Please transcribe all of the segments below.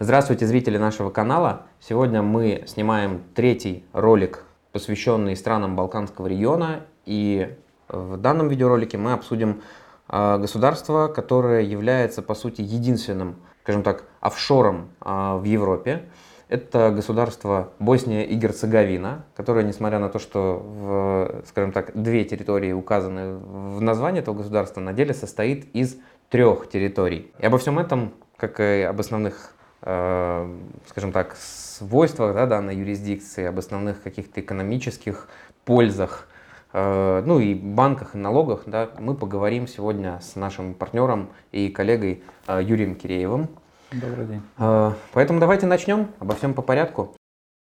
Здравствуйте, зрители нашего канала. Сегодня мы снимаем третий ролик, посвященный странам Балканского региона. И в данном видеоролике мы обсудим государство, которое является, по сути, единственным, скажем так, офшором в Европе. Это государство Босния и Герцеговина, которое, несмотря на то, что, скажем так, две территории указаны в названии этого государства, на деле состоит из трех территорий. И обо всем этом, как и об основных, скажем так, свойствах данной юрисдикции, об основных каких-то экономических пользах, ну и банках и налогах, мы поговорим сегодня с нашим партнером и коллегой Юрием Киреевым. Добрый день. Поэтому давайте начнем, обо всем по порядку.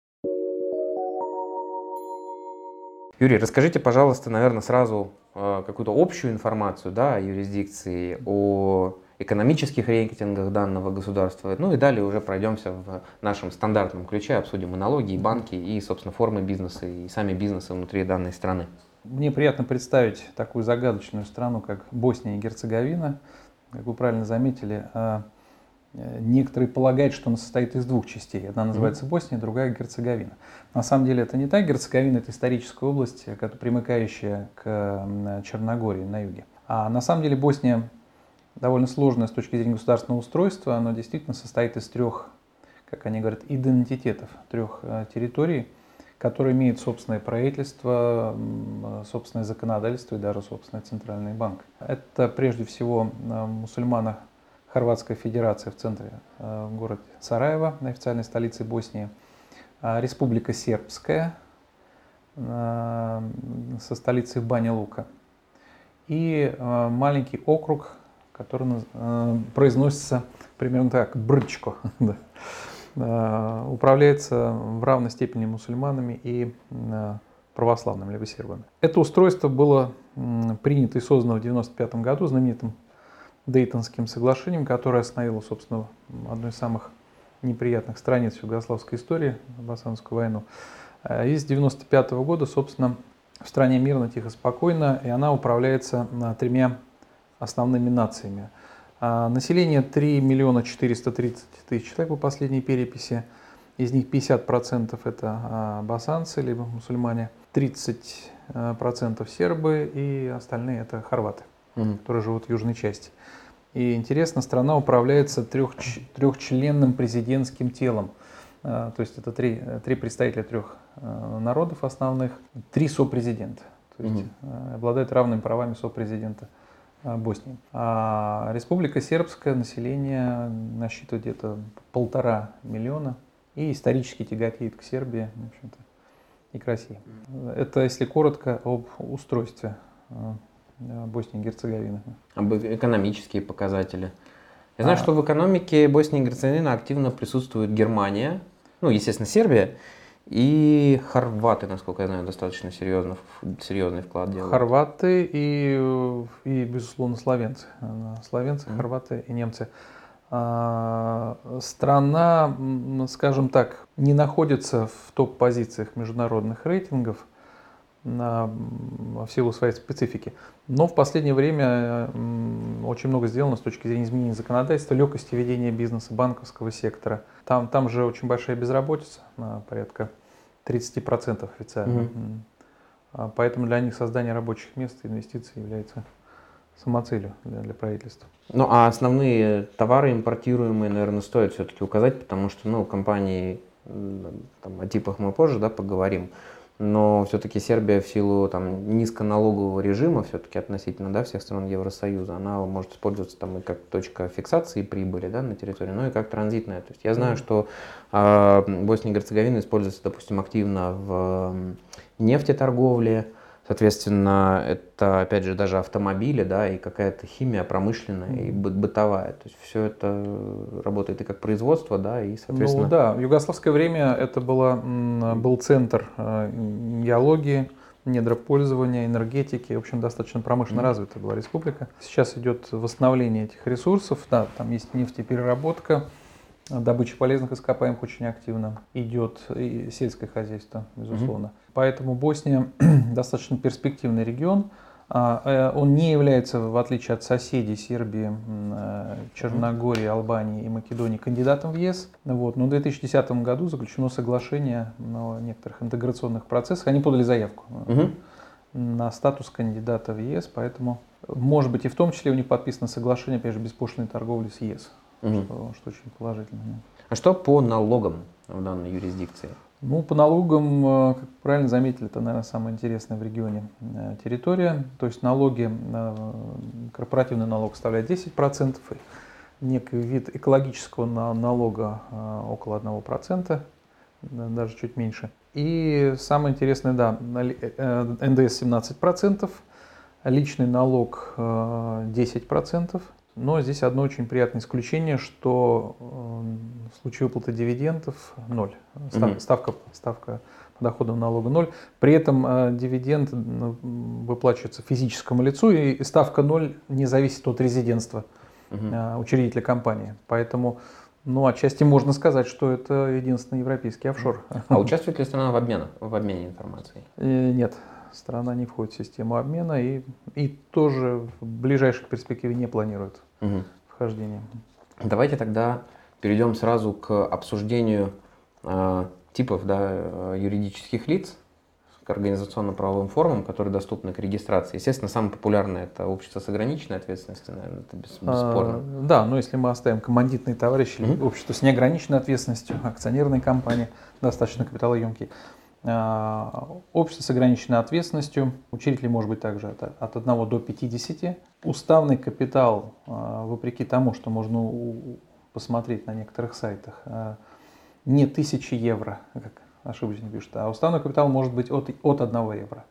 Юрий, расскажите, пожалуйста, наверное, сразу какую-то общую информацию о юрисдикции, о экономических рейтингах данного государства. Ну и далее уже пройдемся в нашем стандартном ключе, обсудим и налоги, и банки, и, собственно, формы бизнеса, и сами бизнесы внутри данной страны. Мне приятно представить такую загадочную страну, как Босния и Герцеговина. Как вы правильно заметили, некоторые полагают, что она состоит из двух частей. Одна называется Босния, другая Герцеговина. На самом деле это не так. Герцеговина — это историческая область, примыкающая к Черногории на юге. А на самом деле Босния довольно сложная с точки зрения государственного устройства. Она действительно состоит из трех, как они говорят, идентитетов, трех территорий, которые имеют собственное правительство, собственное законодательство и даже собственный центральный банк. Это прежде всего мусульмано-хорватская федерация в центре, город Сараево, официальной столице Боснии, Республика Сербская со столицей Бanja-Luka и маленький округ, который произносится примерно так, Брчко. Управляется в равной степени мусульманами и православными, либо сербами. Это устройство было принято и создано в 1995 году знаменитым Дейтонским соглашением, которое остановило, собственно, одну из самых неприятных страниц югославской истории, Балканскую войну. И с 1995 года, собственно, в стране мирно, тихо, спокойно, и она управляется тремя основными нациями. Население 3 миллиона 430 тысяч человек по последней переписи. Из них 50% это босанцы, либо мусульмане, 30% сербы и остальные это хорваты, которые живут в южной части. И интересно, страна управляется трехчленным президентским телом. То есть это три представителя трех народов основных, три сопрезидента. То есть обладают равными правами сопрезидента Боснии. А Республика Сербская, население насчитывает где-то 1,5 миллиона и исторически тяготеет к Сербии, в общем-то, и к России. Это, если коротко, об устройстве Боснии и Герцеговины. Об экономические показатели. Я знаю, что в экономике Боснии и Герцеговины активно присутствует Германия, ну, естественно, Сербия. И хорваты, насколько я знаю, достаточно серьезный вклад делают. Хорваты и безусловно, словенцы. Словенцы, хорваты и немцы. Страна, скажем так, не находится в топ-позициях международных рейтингов в силу своей специфики. Но в последнее время очень много сделано с точки зрения изменения законодательства, легкости ведения бизнеса, банковского сектора. Там же очень большая безработица, порядка 30% официально. Поэтому для них создание рабочих мест и инвестиций является самоцелью для правительства. Ну а основные товары импортируемые, наверное, стоит все-таки указать, потому что компании, о типах мы позже поговорим. Но все-таки Сербия в силу низконалогового режима все-таки относительно всех стран Евросоюза, она может использоваться и как точка фиксации прибыли на территории, но и как транзитная. То есть я знаю, что Босния и Герцеговина используется, допустим, активно в нефтеторговле. Соответственно, это, опять же, даже автомобили, и какая-то химия промышленная и бытовая. То есть все это работает и как производство, и, соответственно... в югославское время это был центр геологии, недропользования, энергетики. В общем, достаточно промышленно развитая была республика. Сейчас идет восстановление этих ресурсов. Там есть нефтепереработка, добыча полезных ископаемых очень активно идет, и сельское хозяйство, безусловно. Поэтому Босния достаточно перспективный регион. Он не является, в отличие от соседей Сербии, Черногории, Албании и Македонии, кандидатом в ЕС. Вот. Но в 2010 году заключено соглашение на некоторых интеграционных процессах. Они подали заявку на статус кандидата в ЕС, поэтому, может быть, и в том числе у них подписано соглашение, опять же, беспошлинной торговли с ЕС, что очень положительно. А что по налогам в данной юрисдикции? Ну, по налогам, как правильно заметили, это, наверное, самая интересная в регионе территория. То есть налоги, корпоративный налог составляет 10%, и некий вид экологического налога около 1%, даже чуть меньше. И самое интересное, да, НДС 17%, личный налог 10%. Но здесь одно очень приятное исключение, что в случае выплаты дивидендов 0. Ставка подоходного налога 0. При этом дивиденд выплачивается физическому лицу, и ставка 0 не зависит от резидентства учредителя компании. Поэтому, ну, отчасти можно сказать, что это единственный европейский офшор. А участвует ли страна в обмене информацией? Нет. Страна не входит в систему обмена и тоже в ближайшей перспективе не планирует вхождение. Давайте тогда перейдем сразу к обсуждению типов, да, юридических лиц к организационно-правовым формам, которые доступны к регистрации. Естественно, самое популярное — это общество с ограниченной ответственностью, наверное, это бесспорно. Да, но если мы оставим коммандитные товарищи, или общество с неограниченной ответственностью, акционерные компании, достаточно капиталоемкие, общество с ограниченной ответственностью, учредителей может быть также от 1 до 50. Уставный капитал, вопреки тому, что можно посмотреть на некоторых сайтах, не 1000 евро, как ошибочно пишут, а уставный капитал может быть от 1 евро.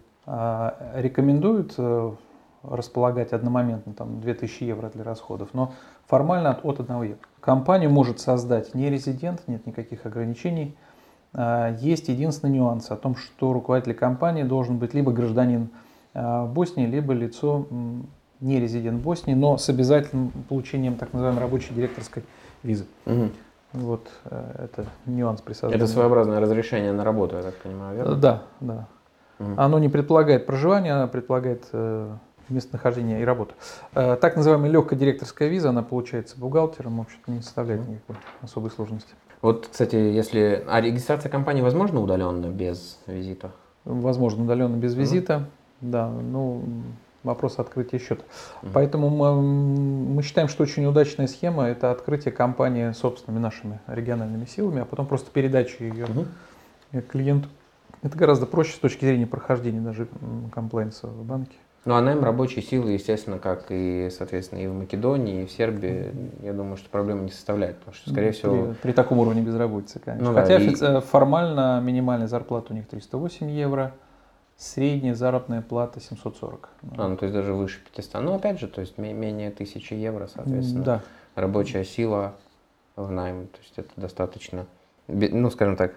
Рекомендуют располагать одномоментно 2000 евро для расходов, но формально от 1 евро. Компанию может создать не резидент, нет никаких ограничений. Есть единственный нюанс о том, что руководитель компании должен быть либо гражданин Боснии, либо лицо не резидент Боснии, но с обязательным получением так называемой рабочей директорской визы. Вот это нюанс при создании. Это своеобразное разрешение на работу, я так понимаю, верно? Да, да. Оно не предполагает проживание, оно предполагает местонахождение и работу. Так называемая легкая директорская виза, она получается бухгалтером, в общем-то, не составляет никакой особой сложности. Вот, кстати, если... А регистрация компании возможна удаленно, без визита? Возможно, удаленно, без визита, да. Ну, вопрос открытия счета. Поэтому мы считаем, что очень удачная схема — это открытие компании собственными нашими региональными силами, а потом просто передача ее клиенту. Это гораздо проще с точки зрения прохождения даже комплайнса в банке. Ну, а найм рабочей силы, естественно, как и, соответственно, и в Македонии, и в Сербии, я думаю, что проблемы не составляет, потому что, скорее всего... При таком уровне безработицы, конечно. Ну, хотя формально минимальная зарплата у них 308 евро, средняя заработная плата 740. Ну, то есть даже выше 500. Ну, опять же, то есть менее 1000 евро, соответственно, да. Рабочая сила в найм, то есть это достаточно, ну, скажем так,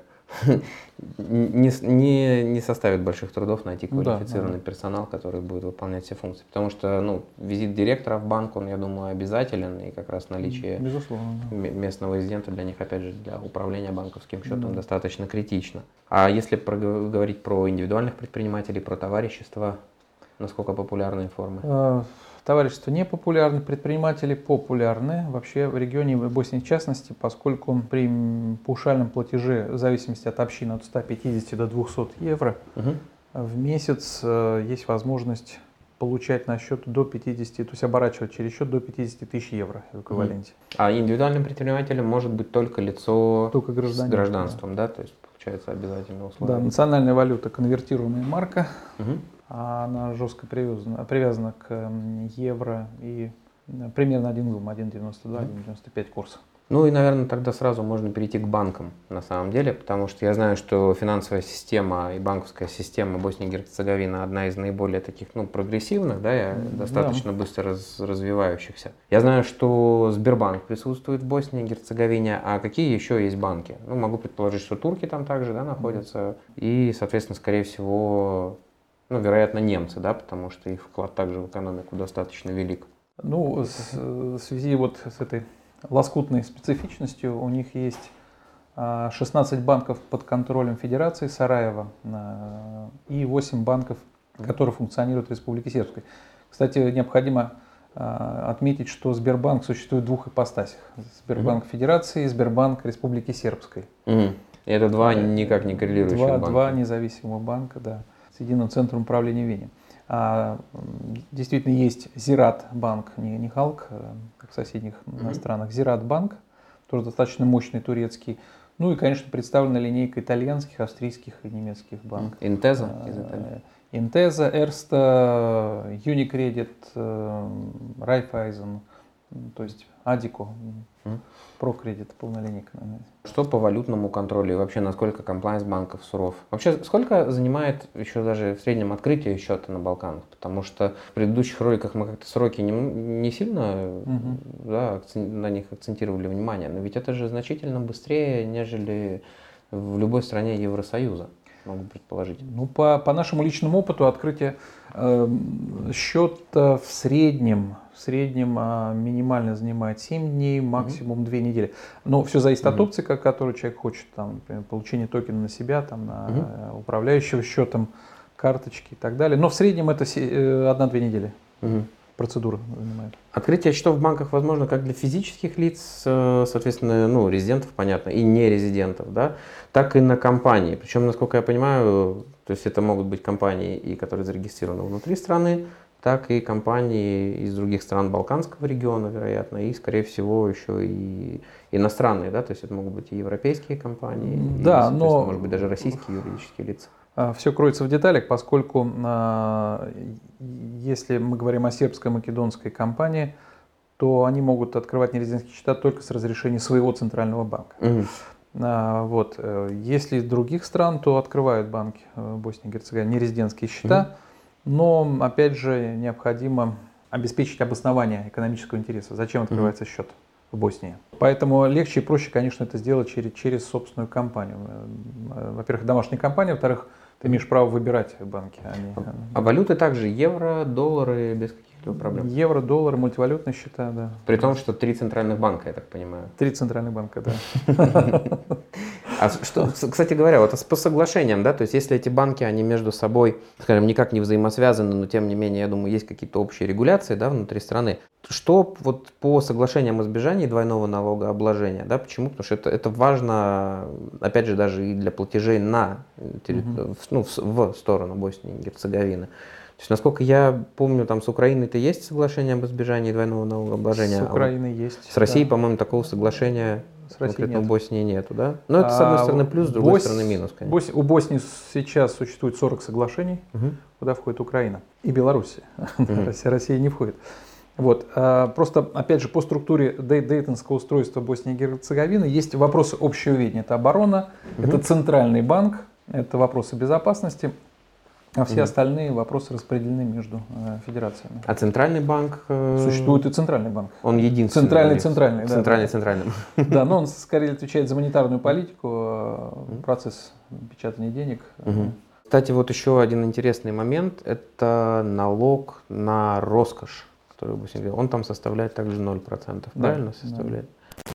не составит больших трудов найти квалифицированный персонал, который будет выполнять все функции. Потому что, ну, визит директора в банк, он, я думаю, обязателен, и как раз наличие местного резидента для них, опять же, для управления банковским счетом достаточно критично. А если говорить про индивидуальных предпринимателей, про товарищества, насколько популярные формы? Товарищества не популярны, предприниматели популярны. Вообще в регионе Боснии в частности, поскольку при паушальном платеже в зависимости от общины от 150 до 200 евро в месяц есть возможность получать на счет до 50, то есть оборачивать через счет до 50 тысяч евро в эквиваленте. А индивидуальным предпринимателем может быть только лицо с гражданством, да? То есть получается обязательно условие. Да, национальная валюта, конвертируемая марка. Она жестко привязана к евро и примерно 1,92, 1,95 курса. Ну и, наверное, тогда сразу можно перейти к банкам на самом деле, потому что я знаю, что финансовая система и банковская система Боснии и Герцеговины одна из наиболее таких, ну, прогрессивных, да, и достаточно быстро развивающихся. Я знаю, что Сбербанк присутствует в Боснии и Герцеговине, а какие еще есть банки? Ну, могу предположить, что турки там также, да, находятся, и, соответственно, скорее всего... Ну, вероятно, немцы, да, потому что их вклад также в экономику достаточно велик. Ну, в связи вот с этой лоскутной специфичностью у них есть 16 банков под контролем Федерации Сараево и 8 банков который функционирует в Республике Сербской. Кстати, необходимо отметить, что Сбербанк существует в двух ипостасях. Сбербанк Федерации и Сбербанк Республики Сербской. И это два никак не коррелирующих банка. Два независимых банка, да, с единым центром управления в Вене. Действительно есть Зират-банк, не Халк, как в соседних странах, Зират-банк, тоже достаточно мощный турецкий. Ну и, конечно, представлена линейка итальянских, австрийских и немецких банков. Интеза из Италии. Интеза, Эрста, Юникредит, Райфайзен, то есть Адико, Прокредит, полная линейка. Что по валютному контролю и вообще насколько комплайнс банков суров? Вообще сколько занимает еще даже в среднем открытие счета на Балканах? Потому что в предыдущих роликах мы как-то сроки не сильно на них акцентировали внимание, но ведь это же значительно быстрее, нежели в любой стране Евросоюза. Могу предположить. Ну, по нашему личному опыту открытие счета в среднем минимально занимает 7 дней, максимум 2 недели. Но все зависит от опции, которую человек хочет. Там, например, получение токена на себя, там, на управляющего счетом, карточки и так далее. Но в среднем это 1-2 недели. Процедура занимает. Открытие счетов в банках возможно как для физических лиц, соответственно, резидентов, понятно, и нерезидентов, да, так и на компании. Причем, насколько я понимаю, то есть это могут быть компании, которые зарегистрированы внутри страны, так и компании из других стран Балканского региона, вероятно, и, скорее всего, еще и иностранные, да, то есть это могут быть и европейские компании, да, и, но может быть, даже российские юридические лица. Все кроется в деталях, поскольку если мы говорим о сербско-македонской компании, то они могут открывать нерезидентские счета только с разрешения своего центрального банка. Вот. Если из других стран, то открывают банки Боснии и Герцеговины нерезидентские счета, но опять же необходимо обеспечить обоснование экономического интереса. Зачем открывается счет в Боснии? Поэтому легче и проще, конечно, это сделать через собственную компанию. Во-первых, домашняя компания, во-вторых, ты имеешь право выбирать банки. А валюты также евро, доллары, без каких-либо проблем? Евро, доллары, мультивалютные счета, да. При том, что 3 центральных банка, я так понимаю. 3 центральных банка, да. А что, кстати говоря, вот по соглашениям, да, то есть если эти банки, они между собой, скажем, никак не взаимосвязаны, но тем не менее, я думаю, есть какие-то общие регуляции, да, внутри страны. Что вот по соглашениям о избежании двойного налогообложения, да, почему? Потому что это важно, опять же, даже и для платежей в сторону Боснии и Герцеговины. То есть, насколько я помню, там с Украиной-то есть соглашение об избежании двойного налогообложения? С Украиной есть. С Россией, по-моему, такого соглашения конкретно в Боснии нету, да? Но это, с одной стороны, плюс, с другой стороны, минус, конечно. У Боснии сейчас существует 40 соглашений, куда входит Украина и Белоруссия. Россия не входит. Вот. Просто, опять же, по структуре Дейтонского устройства Боснии и Герцеговины есть вопросы общего видения. Это оборона, это центральный банк, это вопросы безопасности, а все остальные вопросы распределены между федерациями. А центральный банк? Существует и центральный банк. Он единственный. Центральный. Центральный. Да, но он скорее отвечает за монетарную политику, процесс печатания денег. Кстати, вот еще один интересный момент – это налог на роскошь, который он там составляет также 0%, правильно составляет? Да.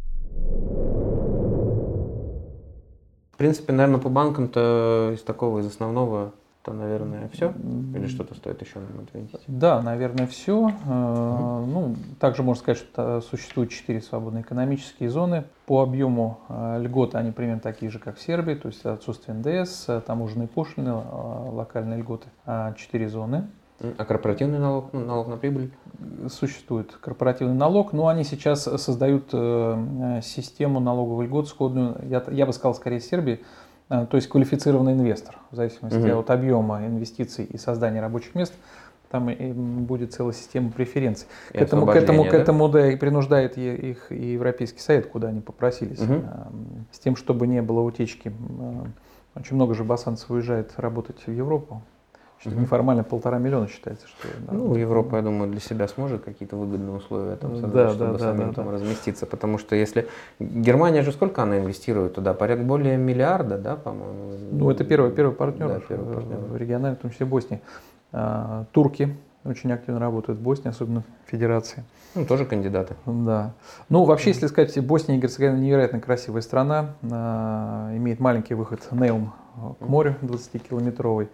В принципе, наверное, по банкам-то из такого, из основного, то, наверное, все? Или что-то стоит еще нам отметить? Да, наверное, все. Также можно сказать, что существует 4 свободные экономические зоны. По объему льготы они примерно такие же, как в Сербии, то есть отсутствие НДС, таможенные пошлины, локальные льготы. 4 зоны. А корпоративный налог, налог на прибыль? Существует корпоративный налог, но они сейчас создают систему налоговых льгот сходную, я бы сказал, скорее Сербии, то есть квалифицированный инвестор, в зависимости от объема инвестиций и создания рабочих мест, там и будет целая система преференций. К этому да, и принуждает их и Европейский Совет, куда они попросились, с тем, чтобы не было утечки. Очень много же босанцев уезжает работать в Европу. Неформально 1,5 миллиона считается, что... Да, Европа, я думаю, для себя сможет какие-то выгодные условия там создать, чтобы самим там разместиться. Потому что если... Германия же сколько она инвестирует туда? Порядка более миллиарда, да, по-моему? Это первый партнер, в региональной, в том числе в Боснии. Турки очень активно работают в Боснии, особенно в Федерации. Тоже кандидаты. Да. Вообще, если сказать, Босния и Герцеговина невероятно красивая страна, имеет маленький выход Неум к морю, 20-километровый.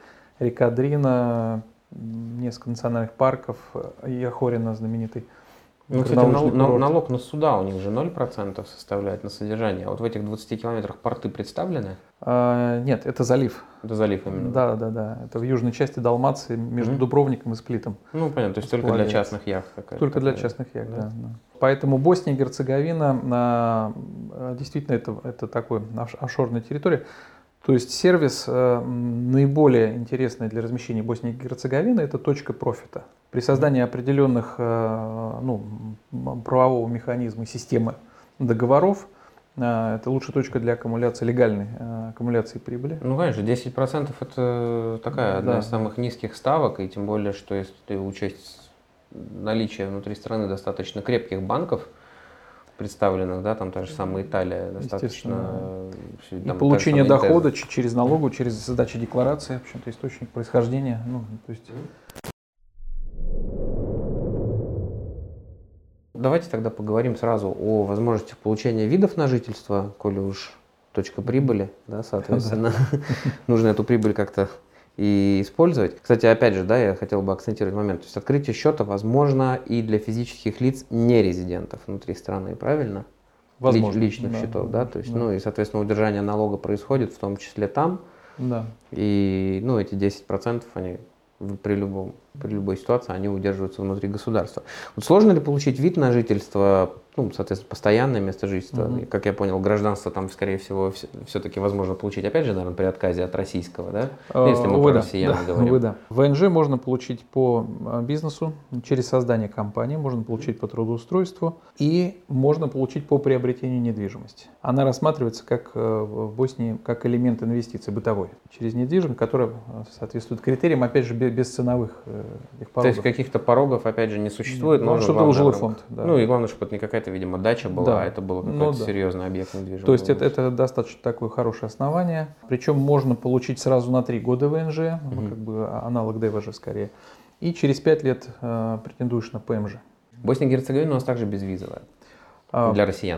река Дрина, несколько национальных парков, Яхорина знаменитый. Ну, кстати, налог на суда у них же 0% составляет на содержание. А вот в этих 20 километрах порты представлены? Нет, это залив. Это залив именно? Да. Это в южной части Далмации между Дубровником и Сплитом. Ну, понятно, то есть только для частных яхт. Только для частных яхт, да. Поэтому Босния и Герцеговина, действительно, это такой офшорная территория. То есть сервис наиболее интересный для размещения Боснии и Герцеговины – это точка профита. При создании определенных правового механизма и системы договоров это лучшая точка для аккумуляции, легальной аккумуляции прибыли. Ну, конечно, 10% это такая одна из самых низких ставок, и тем более, что если ты учесть наличие внутри страны достаточно крепких банков, представленных, да, там та же самая Италия, достаточно... И получение дохода через налогу, через задачи декларации, в общем-то, источник происхождения. То есть... Давайте тогда поговорим сразу о возможностях получения видов на жительство, коли уж точка прибыли, да, соответственно, нужно эту прибыль как-то и использовать. Кстати, опять же, да, я хотел бы акцентировать момент. То есть открытие счета возможно и для физических лиц, не резидентов внутри страны, правильно? Возможно. Личных счетов, да? То есть, и, соответственно, удержание налога происходит в том числе там. Да. И, эти 10%, они при любой ситуации, они удерживаются внутри государства. Вот сложно ли получить вид на жительство, соответственно, постоянное место жительства? Как я понял, гражданство там, скорее всего, все-таки возможно получить, опять же, наверное, при отказе от российского, да? Если мы про россиян говорим. ВНЖ можно получить по бизнесу, через создание компании, можно получить по трудоустройству и можно получить по приобретению недвижимости. Она рассматривается как в Боснии как элемент инвестиций бытовой через недвижимость, которая соответствует критериям, опять же, без ценовых порогов. То есть каких-то порогов, опять же, не существует. Нет, чтобы это был жилой фонд. Да. И главное, чтобы это не какая-то, видимо, дача была, а это было какой-то серьезный объект недвижимости. То есть это достаточно такое хорошее основание. Причем можно получить сразу на 3 года ВНЖ, как бы аналог ДВЖ скорее. И через 5 лет претендуешь на ПМЖ. Босния и Герцеговина у нас также безвизовая для россиян.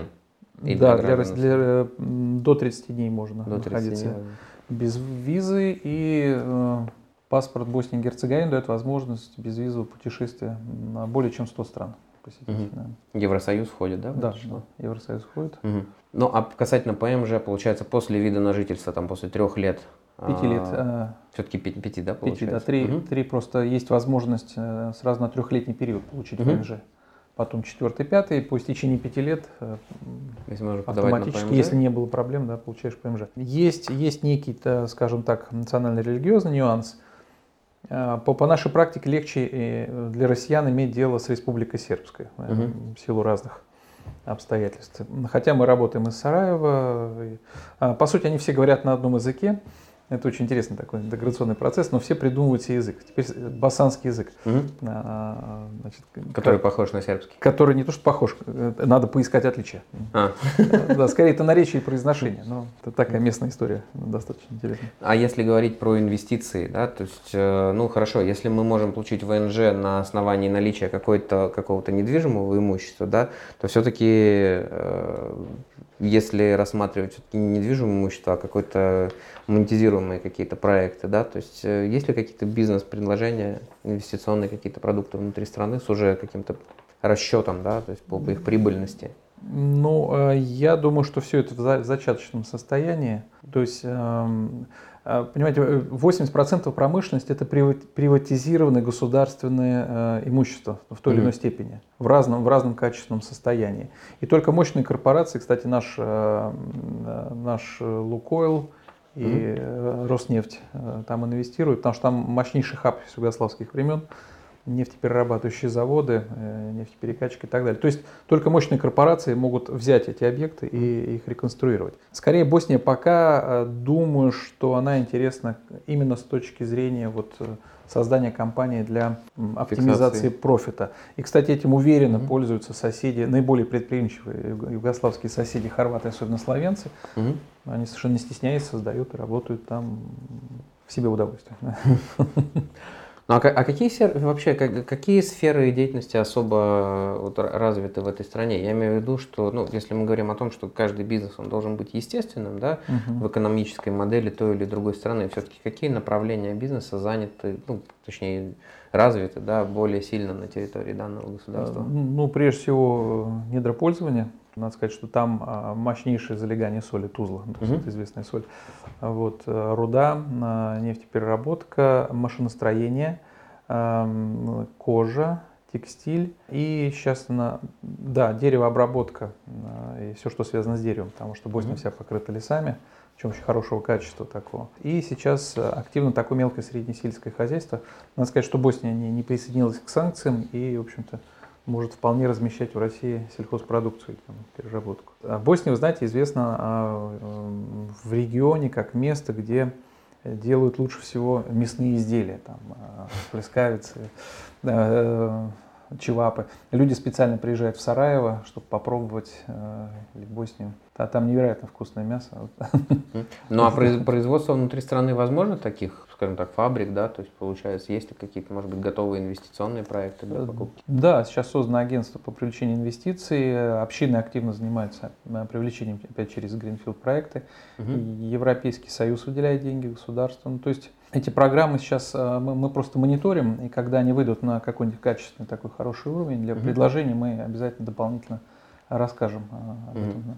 До 30 дней можно находиться без визы, и паспорт Боснии и Герцеговины дает возможность безвизового путешествия на более чем 100 стран посетить. Евросоюз входит, да? Да, Евросоюз входит. Ну, а касательно ПМЖ, получается, после вида на жительство, там, после 3 лет... 5 лет. Все-таки 5, да, получается? 5, да, 3 просто есть возможность сразу на 3-летний период получить ПМЖ. Потом 4-й, 5-й, по истечении 5 лет автоматически, если не было проблем, да, получаешь ПМЖ. Есть некий, скажем так, национально-религиозный нюанс. По нашей практике легче для россиян иметь дело с Республикой Сербской в силу разных обстоятельств. Хотя мы работаем из Сараева. По сути, они все говорят на одном языке. Это очень интересный такой интеграционный процесс, но все придумывают себе язык. Теперь боссанский язык. Который похож на сербский. Который не то что похож, надо поискать отличия. Да, скорее это наречие и произношение. Но это такая местная история, достаточно интересная. А если говорить про инвестиции, да, то есть, хорошо, если мы можем получить ВНЖ на основании наличия какого-то недвижимого имущества, да, то все-таки, если рассматривать все-таки не недвижимое имущество, а какой-то монетизируемые какие-то проекты, да, то есть есть ли какие-то бизнес-предложения, инвестиционные какие-то продукты внутри страны с уже каким-то расчетом, да, то есть по их прибыльности? Ну, я думаю, что все это в зачаточном состоянии. То есть, понимаете, 80% промышленности – это приватизированное государственное имущество в той или иной степени, в разном качественном состоянии. И только мощные корпорации, кстати, наш Лукойл и Роснефть там инвестируют, потому что там мощнейший хаб с югославских времен, нефтеперерабатывающие заводы, нефтеперекачки и так далее. То есть только мощные корпорации могут взять эти объекты и их реконструировать. Скорее, Босния пока, думаю, что она интересна именно с точки зрения создания компании для оптимизации профита. И, кстати, этим уверенно пользуются соседи, наиболее предприимчивые югославские соседи, хорваты, особенно словенцы. Они совершенно не стесняясь создают и работают там в себе удовольствие. Ну, а вообще, какие сферы деятельности особо вот развиты в этой стране? Я имею в виду, что, ну, если мы говорим о том, что каждый бизнес он должен быть естественным, да, в экономической модели той или другой страны, все-таки какие направления бизнеса заняты, ну, точнее, развиты, да, более сильно на территории данного государства? Ну, прежде всего, недропользование. Надо сказать, что там мощнейшее залегание соли, Тузла, это известная соль. Вот, руда, нефтепереработка, машиностроение, кожа, текстиль и сейчас, да, деревообработка и все, что связано с деревом, потому что Босния вся покрыта лесами, причем очень хорошего качества такого. И сейчас активно такое мелкое среднесельское хозяйство. Надо сказать, что Босния не присоединилась к санкциям и, в общем-то, может вполне размещать в России сельхозпродукцию, там, переработку. Босния, вы знаете, известна в регионе как место, где делают лучше всего мясные изделия, там, плескавицы, чевапы. Люди специально приезжают в Сараево, чтобы попробовать или в Боснию. А там невероятно вкусное мясо. Ну а производство внутри страны возможно таких, скажем так, фабрик, да? То есть получается, есть ли какие-то, может быть, готовые инвестиционные проекты для покупки? Да, сейчас создано агентство по привлечению инвестиций. Общины активно занимаются привлечением, опять через Greenfield проекты. Европейский Союз выделяет деньги, государство. Ну, то есть эти программы сейчас мы просто мониторим, и когда они выйдут на какой-нибудь качественный такой хороший уровень для предложений, мы обязательно дополнительно расскажем об этом.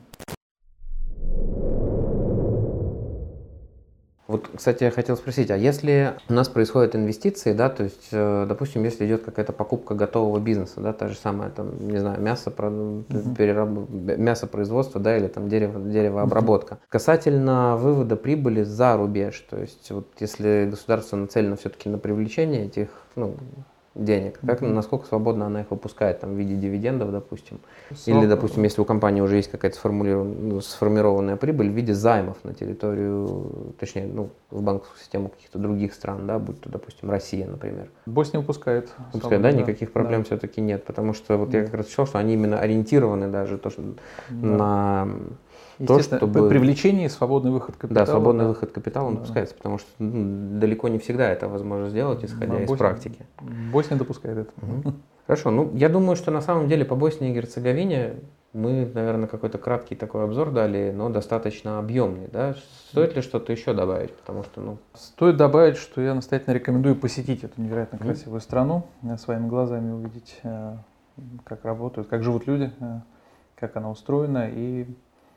Вот, кстати, я хотел спросить, а если у нас происходят инвестиции, да, то есть, допустим, если идет какая-то покупка готового бизнеса, да, та же самая, там, не знаю, мясопроизводство, да, или там деревообработка. Касательно вывода прибыли за рубеж, то есть, вот если государство нацелено все-таки на привлечение этих, ну, денег, как, насколько свободно она их выпускает, там, в виде дивидендов, допустим, или, допустим, если у компании уже есть какая-то сформированная прибыль в виде займов на территорию, точнее, ну, в банковскую систему каких-то других стран, да, будь то, допустим, Россия, например. Босния выпускает. Выпускает, да, никаких проблем все-таки нет, потому что вот я как раз читал, что они именно ориентированы даже то, что на... То, чтобы... Привлечение и свободный выход капитала. Да, свободный выход капитала допускается, потому что далеко не всегда это возможно сделать, исходя из практики. Босния допускает это. Хорошо, ну я думаю, что на самом деле по Боснии и Герцеговине мы, наверное, какой-то краткий такой обзор дали, но достаточно объемный. Да? Стоит ли что-то еще добавить? Потому что, ну... Стоит добавить, что я настоятельно рекомендую посетить эту невероятно красивую страну, своими глазами увидеть, как работают, как живут люди, как она устроена, и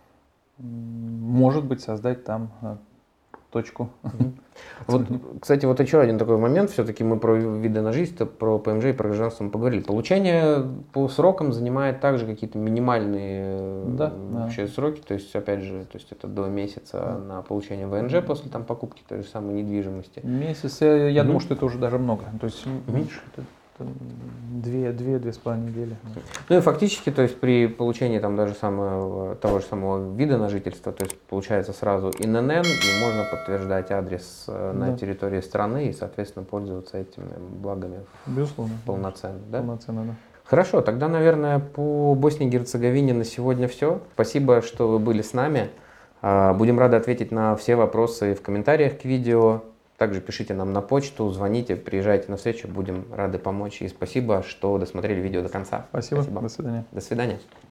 может быть создать там точку. Вот, кстати, вот еще один такой момент, все-таки мы про виды на жительство, про ПМЖ и про гражданство мы поговорили. Получение по срокам занимает также какие-то минимальные вообще сроки, то есть, опять же, то есть это до месяца на получение ВНЖ после там покупки той же самой недвижимости. Месяц, я думаю, что это уже даже много, то есть меньше. 2-2,5 недели. Ну и фактически, то есть при получении там даже того же самого вида на жительство, то есть получается сразу ИНН, и можно подтверждать адрес на территории страны и, соответственно, пользоваться этими благами. Безусловно. Полноценно, да? Полноценно, да. Хорошо, тогда, наверное, по Боснии и Герцеговине на сегодня все. Спасибо, что вы были с нами. Будем рады ответить на все вопросы в комментариях к видео. Также пишите нам на почту, звоните, приезжайте на встречу, будем рады помочь. И спасибо, что досмотрели видео до конца. Спасибо. До свидания. До свидания.